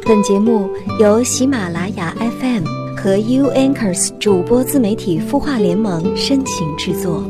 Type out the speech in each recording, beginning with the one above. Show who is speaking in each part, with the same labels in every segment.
Speaker 1: 本节目由喜马拉雅 FM 和 U Anchors 主播自媒体孵化联盟深情制作。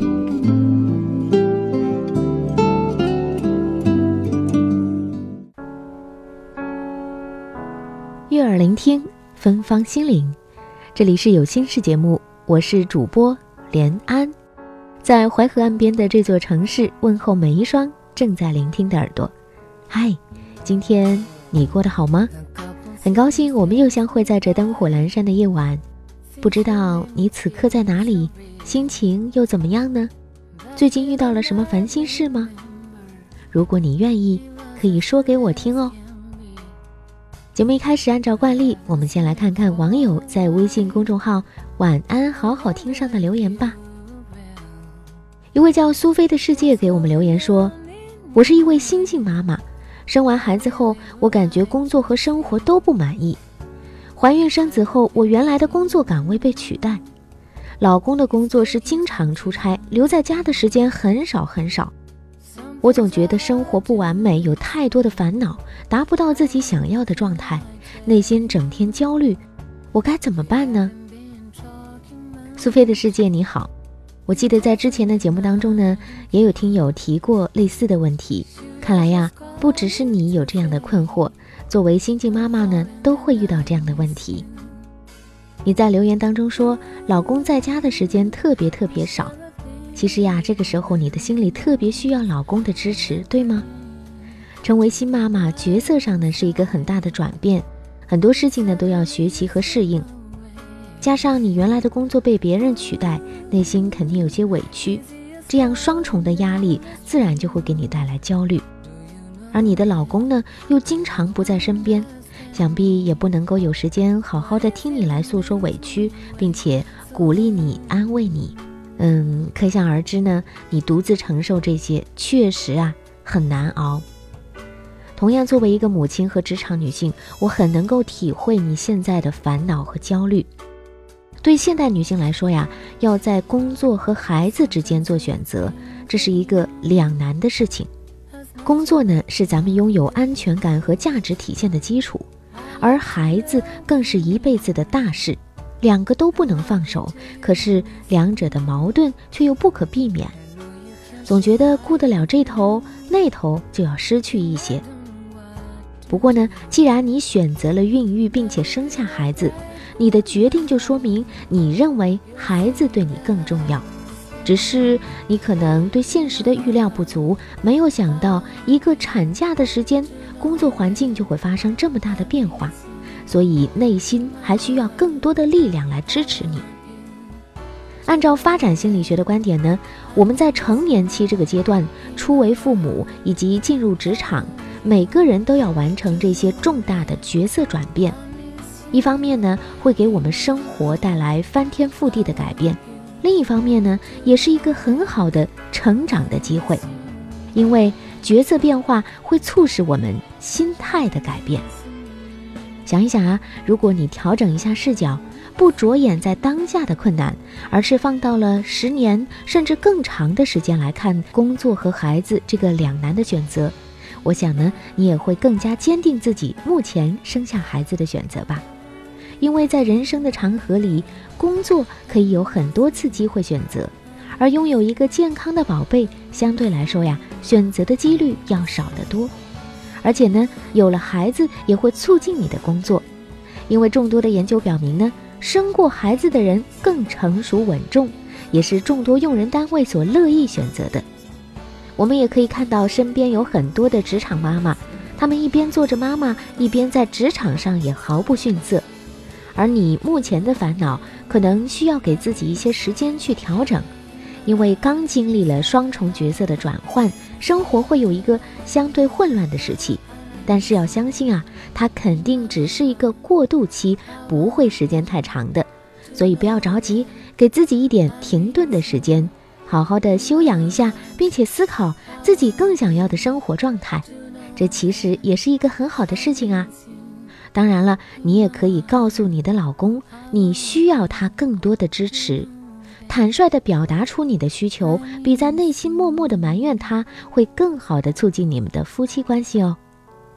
Speaker 2: 悦耳聆听，芬芳心灵。这里是有心事节目，我是主播连安，在淮河岸边的这座城市问候每一双正在聆听的耳朵。嗨，今天你过得好吗？很高兴我们又相会在这灯火阑珊的夜晚，不知道你此刻在哪里，心情又怎么样呢？最近遇到了什么烦心事吗？如果你愿意，可以说给我听哦。节目一开始，按照惯例，我们先来看看网友在微信公众号晚安好好听上的留言吧。一位叫苏菲的世界给我们留言说，我是一位新晋妈妈，生完孩子后，我感觉工作和生活都不满意。怀孕生子后，我原来的工作岗位被取代，老公的工作是经常出差，留在家的时间很少很少。我总觉得生活不完美，有太多的烦恼，达不到自己想要的状态，内心整天焦虑，我该怎么办呢？苏菲的世界你好，我记得在之前的节目当中呢，也有听友提过类似的问题，看来呀，不只是你有这样的困惑，作为新晋妈妈呢，都会遇到这样的问题。你在留言当中说，老公在家的时间特别少，其实呀，这个时候你的心里特别需要老公的支持，对吗？成为新妈妈，角色上呢是一个很大的转变，很多事情呢都要学习和适应，加上你原来的工作被别人取代，内心肯定有些委屈，这样双重的压力自然就会给你带来焦虑。而你的老公呢又经常不在身边，想必也不能够有时间好好的听你来诉说委屈，并且鼓励你安慰你。可想而知呢，你独自承受这些确实很难熬。同样作为一个母亲和职场女性，我很能够体会你现在的烦恼和焦虑。对现代女性来说呀，要在工作和孩子之间做选择，这是一个两难的事情。工作呢，是咱们拥有安全感和价值体现的基础，而孩子更是一辈子的大事，两个都不能放手，可是两者的矛盾却又不可避免，总觉得顾得了这头，那头就要失去一些。不过呢，既然你选择了孕育并且生下孩子，你的决定就说明你认为孩子对你更重要，只是你可能对现实的预料不足，没有想到一个产假的时间，工作环境就会发生这么大的变化，所以内心还需要更多的力量来支持你。按照发展心理学的观点呢，我们在成年期这个阶段，初为父母以及进入职场，每个人都要完成这些重大的角色转变。一方面呢，会给我们生活带来翻天覆地的改变，另一方面呢，也是一个很好的成长的机会，因为角色变化会促使我们心态的改变。想一想如果你调整一下视角，不着眼在当下的困难，而是放到了10年甚至更长的时间来看工作和孩子这个两难的选择，我想呢，你也会更加坚定自己目前生下孩子的选择吧。因为在人生的长河里，工作可以有很多次机会选择，而拥有一个健康的宝贝，相对来说选择的几率要少得多。而且呢，有了孩子也会促进你的工作，因为众多的研究表明呢，生过孩子的人更成熟稳重，也是众多用人单位所乐意选择的。我们也可以看到身边有很多的职场妈妈，她们一边做着妈妈，一边在职场上也毫不逊色。而你目前的烦恼，可能需要给自己一些时间去调整，因为刚经历了双重角色的转换，生活会有一个相对混乱的时期。但是要相信它肯定只是一个过渡期，不会时间太长的。所以不要着急，给自己一点停顿的时间，好好的休养一下，并且思考自己更想要的生活状态，这其实也是一个很好的事情当然了，你也可以告诉你的老公，你需要他更多的支持，坦率地表达出你的需求，比在内心默默地埋怨他，会更好地促进你们的夫妻关系哦。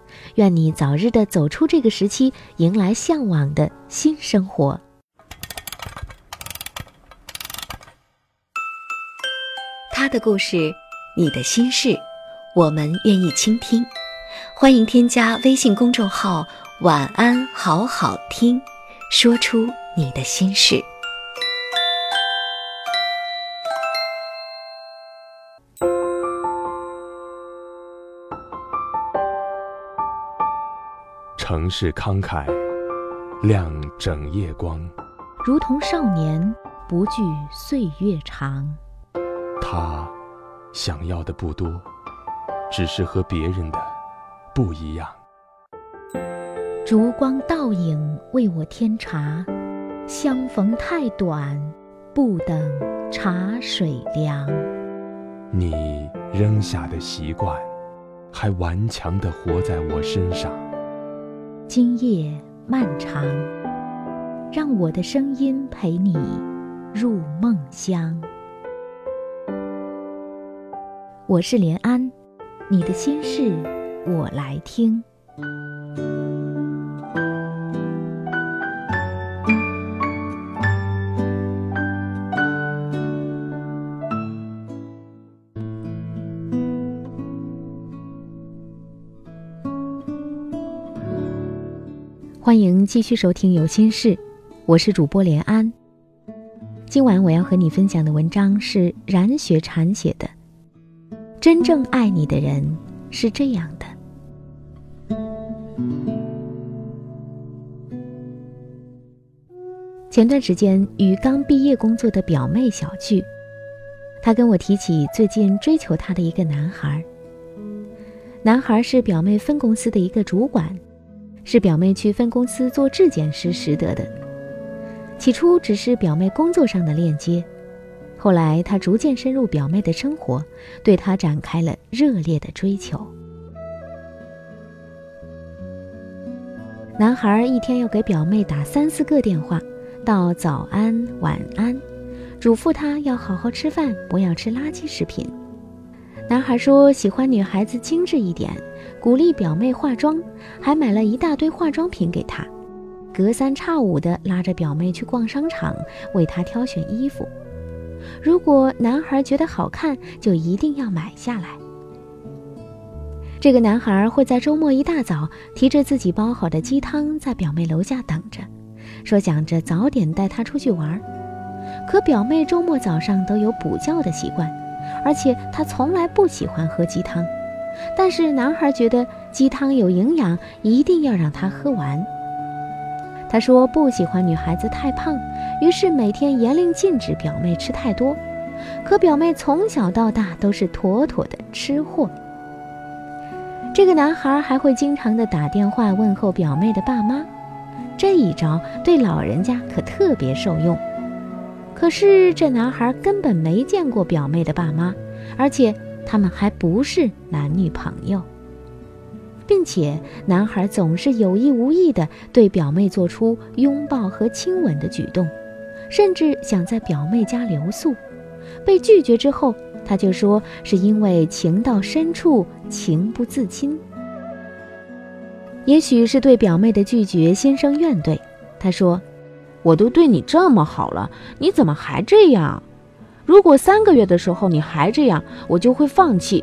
Speaker 2: 愿你早日的走出这个时期，迎来向往的新生活。
Speaker 1: 他的故事，你的心事，我们愿意倾听。欢迎添加微信公众号晚安好好听，说出你的心事。
Speaker 3: 城市慷慨，亮整夜光，
Speaker 2: 如同少年，不惧岁月长。
Speaker 3: 他想要的不多，只是和别人的不一样。
Speaker 2: 烛光倒影为我添茶，相逢太短，不等茶水凉。
Speaker 3: 你扔下的习惯，还顽强地活在我身上。
Speaker 2: 今夜漫长，让我的声音陪你入梦乡。我是连安，你的心事我来听。欢迎继续收听有心事，我是主播连安。今晚我要和你分享的文章是冉雪婵写的，真正爱你的人是这样的。前段时间与刚毕业工作的表妹小聚，她跟我提起最近追求她的一个男孩。男孩是表妹分公司的一个主管，是表妹去分公司做质检时识得的。起初只是表妹工作上的链接，后来他逐渐深入表妹的生活，对她展开了热烈的追求。男孩一天要给表妹打3、4个电话，道早安晚安，嘱咐她要好好吃饭，不要吃垃圾食品。男孩说喜欢女孩子精致一点，鼓励表妹化妆，还买了一大堆化妆品给她，隔三差五地拉着表妹去逛商场，为她挑选衣服。如果男孩觉得好看，就一定要买下来。这个男孩会在周末一大早提着自己包好的鸡汤在表妹楼下等着，说想着早点带她出去玩。可表妹周末早上都有补觉的习惯，而且她从来不喜欢喝鸡汤，但是男孩觉得鸡汤有营养，一定要让她喝完。他说不喜欢女孩子太胖，于是每天严令禁止表妹吃太多。可表妹从小到大都是妥妥的吃货。这个男孩还会经常的打电话问候表妹的爸妈，这一招对老人家可特别受用。可是这男孩根本没见过表妹的爸妈，而且他们还不是男女朋友，并且男孩总是有意无意地对表妹做出拥抱和亲吻的举动，甚至想在表妹家留宿。被拒绝之后，他就说是因为情到深处情不自禁。也许是对表妹的拒绝心生怨怼，他说我都对你这么好了，你怎么还这样？如果3个月的时候你还这样，我就会放弃。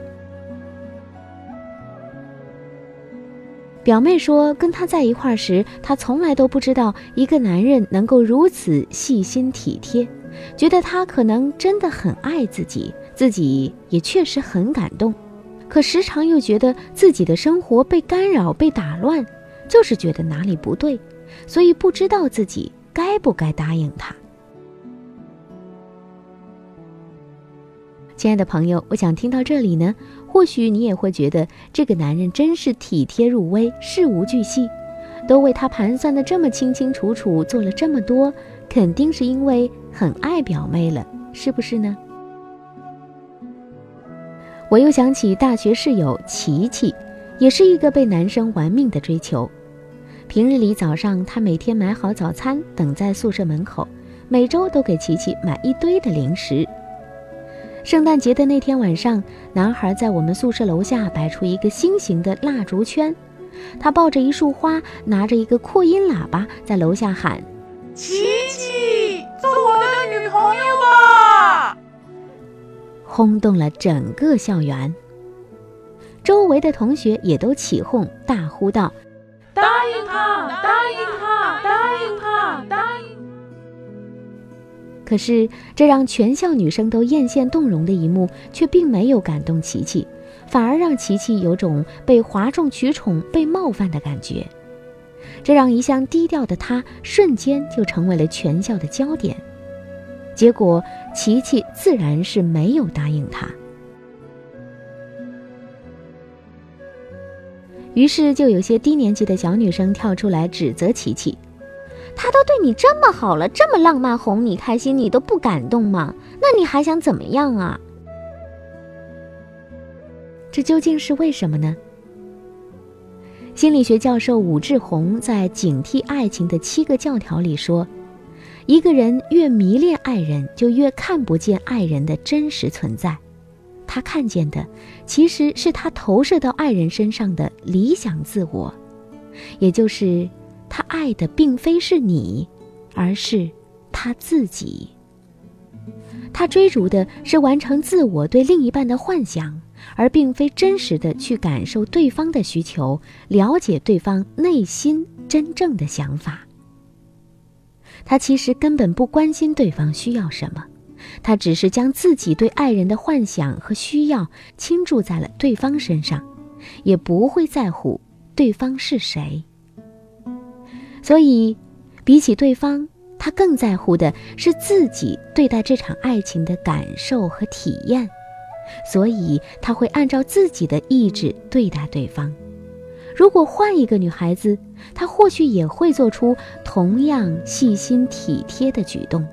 Speaker 2: 表妹说跟他在一块时，她从来都不知道一个男人能够如此细心体贴，觉得他可能真的很爱自己，自己也确实很感动，可时常又觉得自己的生活被干扰被打乱，就是觉得哪里不对，所以不知道自己该不该答应他。亲爱的朋友，我想听到这里呢，或许你也会觉得这个男人真是体贴入微，事无巨细，都为他盘算得这么清清楚楚，做了这么多，肯定是因为很爱表妹了，是不是呢？我又想起大学室友琪琪，也是一个被男生玩命的追求。平日里早上他每天买好早餐等在宿舍门口，每周都给琪琪买一堆的零食。圣诞节的那天晚上，男孩在我们宿舍楼下摆出一个心形的蜡烛圈， 他抱着一束花，拿着一个扩音喇叭，在楼下喊：
Speaker 4: 琪琪，做我的女朋友吧！
Speaker 2: 轰动了整个校园。周围的同学也都起哄，大呼道：
Speaker 4: 答应他，答应他，答应他，答应。
Speaker 2: 可是这让全校女生都艳羡动容的一幕，却并没有感动琪琪，反而让琪琪有种被哗众取宠、被冒犯的感觉。这让一向低调的她瞬间就成为了全校的焦点。结果琪琪自然是没有答应他。于是就有些低年级的小女生跳出来指责琪琪：他都对你这么好了，这么浪漫，哄你开心，你都不感动吗？那你还想怎么样啊？这究竟是为什么呢？心理学教授武志红在《警惕爱情的7个教条》里说，一个人越迷恋爱人，就越看不见爱人的真实存在。他看见的其实是他投射到爱人身上的理想自我，也就是他爱的并非是你，而是他自己。他追逐的是完成自我对另一半的幻想，而并非真实的去感受对方的需求，了解对方内心真正的想法。他其实根本不关心对方需要什么，他只是将自己对爱人的幻想和需要倾注在了对方身上，也不会在乎对方是谁。所以比起对方，他更在乎的是自己对待这场爱情的感受和体验，所以他会按照自己的意志对待对方。如果换一个女孩子，她或许也会做出同样细心体贴的举动。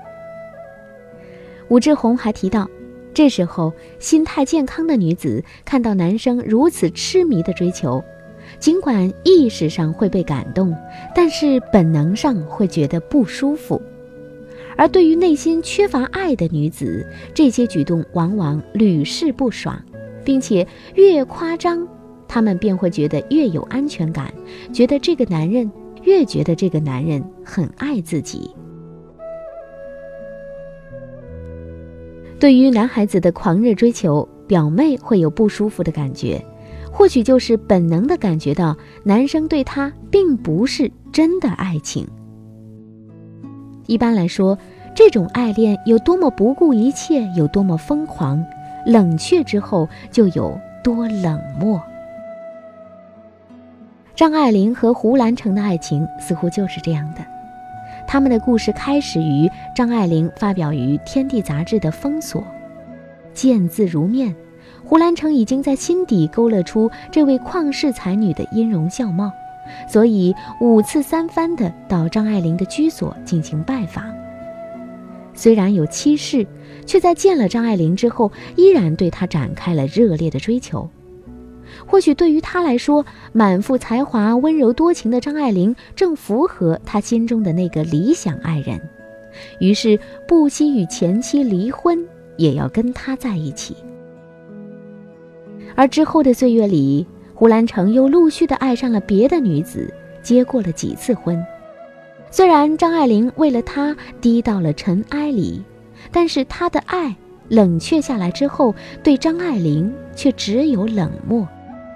Speaker 2: 武志红还提到，这时候心态健康的女子看到男生如此痴迷的追求，尽管意识上会被感动，但是本能上会觉得不舒服。而对于内心缺乏爱的女子，这些举动往往屡试不爽，并且越夸张，她们便会觉得越有安全感，觉得这个男人很爱自己。对于男孩子的狂热追求，表妹会有不舒服的感觉，或许就是本能地感觉到男生对她并不是真的爱情。一般来说，这种爱恋有多么不顾一切，有多么疯狂，冷却之后就有多冷漠。张爱玲和胡兰成的爱情似乎就是这样的。他们的故事开始于张爱玲发表于《天地》杂志的封锁，见字如面，胡兰成已经在心底勾勒出这位旷世才女的音容笑貌，所以5次3番地到张爱玲的居所进行拜访。虽然有妻室，却在见了张爱玲之后，依然对她展开了热烈的追求。或许对于他来说，满腹才华、温柔多情的张爱玲正符合他心中的那个理想爱人，于是不惜与前妻离婚，也要跟他在一起。而之后的岁月里，胡兰成又陆续地爱上了别的女子，结过了几次婚。虽然张爱玲为了他低到了尘埃里，但是他的爱冷却下来之后，对张爱玲却只有冷漠。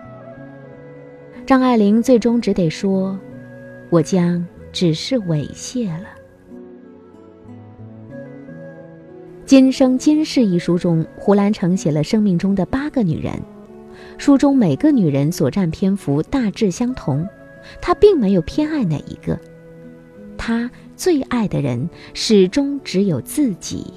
Speaker 2: 张爱玲最终只得说，我将只是猥亵了。《今生今世》一书中，胡兰成写了生命中的8个女人，书中每个女人所占篇幅大致相同，他并没有偏爱哪一个，他最爱的人始终只有自己。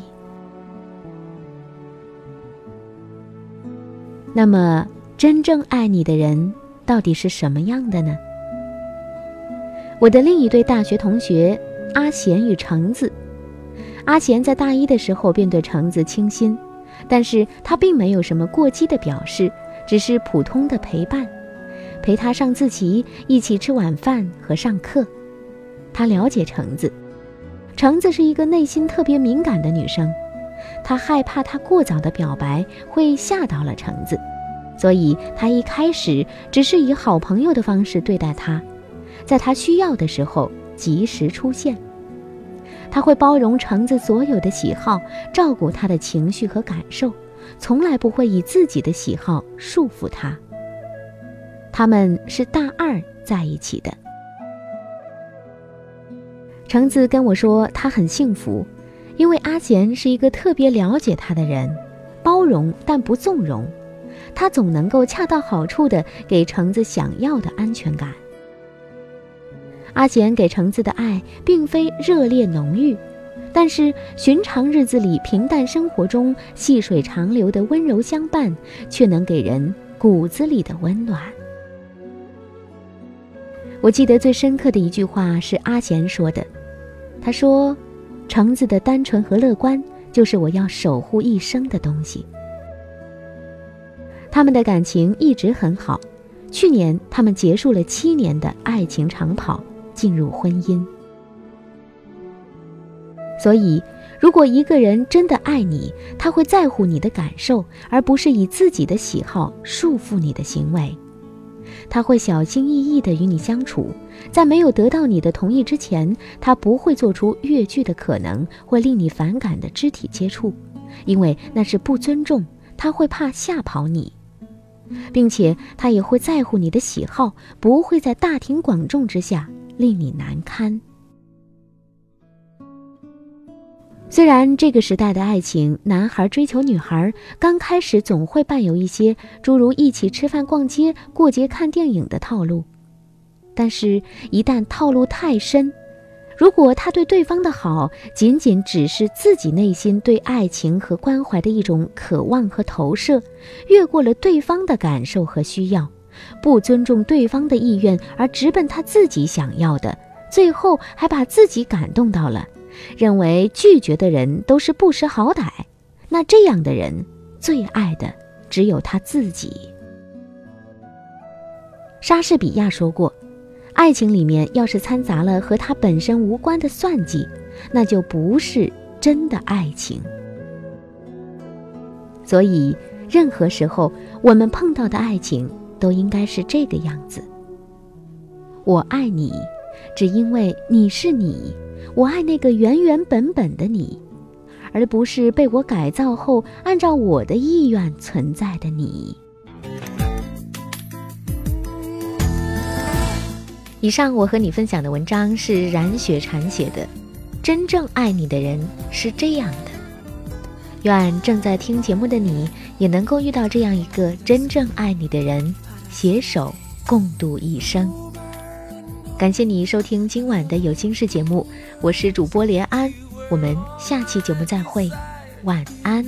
Speaker 2: 那么真正爱你的人到底是什么样的呢？我的另一对大学同学阿贤与橙子。阿贤在大1的时候便对橙子倾心，但是他并没有什么过激的表示，只是普通的陪伴，陪他上自习，一起吃晚饭和上课。他了解橙子，橙子是一个内心特别敏感的女生，她害怕她过早的表白会吓到了橙子， 所以他一开始只是以好朋友的方式对待他，在他需要的时候及时出现。他会包容橙子所有的喜好，照顾他的情绪和感受，从来不会以自己的喜好束缚他。他们是大2在一起的。橙子跟我说他很幸福，因为阿贤是一个特别了解他的人，包容但不纵容，他总能够恰到好处地给橙子想要的安全感。阿贤给橙子的爱并非热烈浓郁，但是寻常日子里平淡生活中细水长流的温柔相伴，却能给人骨子里的温暖。我记得最深刻的一句话是阿贤说的，他说，橙子的单纯和乐观就是我要守护一生的东西。他们的感情一直很好，去年他们结束了7年的爱情长跑，进入婚姻。所以如果一个人真的爱你，他会在乎你的感受，而不是以自己的喜好束缚你的行为。他会小心翼翼地与你相处，在没有得到你的同意之前，他不会做出越矩的可能会令你反感的肢体接触，因为那是不尊重，他会怕吓跑你。并且他也会在乎你的喜好，不会在大庭广众之下令你难堪。虽然这个时代的爱情，男孩追求女孩，刚开始总会伴有一些诸如一起吃饭逛街、过节看电影的套路，但是一旦套路太深，如果他对对方的好仅仅只是自己内心对爱情和关怀的一种渴望和投射，越过了对方的感受和需要，不尊重对方的意愿而直奔他自己想要的，最后还把自己感动到了，认为拒绝的人都是不识好歹，那这样的人最爱的只有他自己。莎士比亚说过，爱情里面要是掺杂了和他本身无关的算计，那就不是真的爱情。所以任何时候我们碰到的爱情都应该是这个样子，我爱你只因为你是你，我爱那个原原本本的你，而不是被我改造后按照我的意愿存在的你。以上我和你分享的文章是冉雪婵写的，真正爱你的人是这样的。愿正在听节目的你也能够遇到这样一个真正爱你的人，携手共度一生。感谢你收听今晚的有心事节目，我是主播连安，我们下期节目再会，晚安。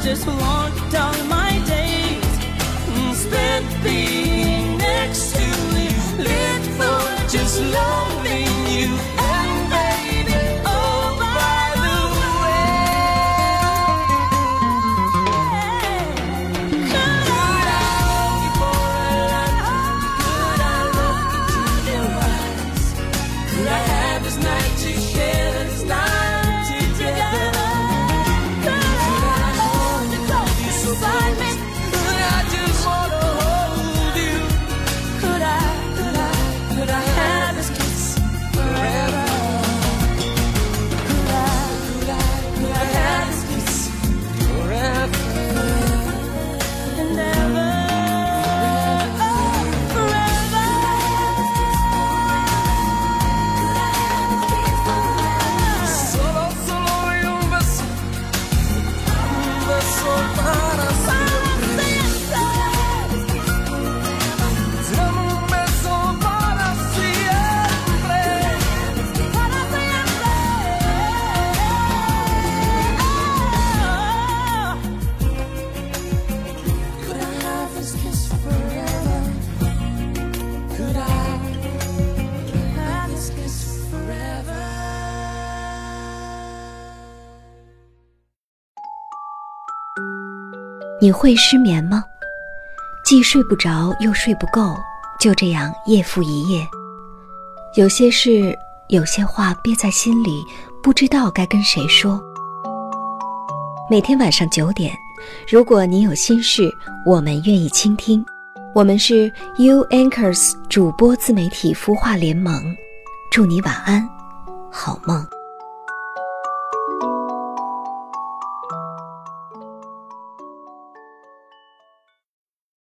Speaker 5: just want all my days spent being next to you, live for just loving you. And baby, oh by the way, could I love you for a lifetime? Could I look into your eyes? Could I have this night to share this night together? Could I just wanna hold you? Could I have this kiss forever? Could I have this kiss forever and ever? Forever. Solo, solo y un beso para siempre. Dame un beso para siempre. Para siempre. Could I have this kiss forever? Could I have this kiss forever?
Speaker 1: 你会失眠吗？既睡不着又睡不够，就这样夜复一夜。有些事，有些话憋在心里，不知道该跟谁说。每天晚上9点，如果你有心事，我们愿意倾听。我们是 You Anchors 主播自媒体孵化联盟，祝你晚安，好梦。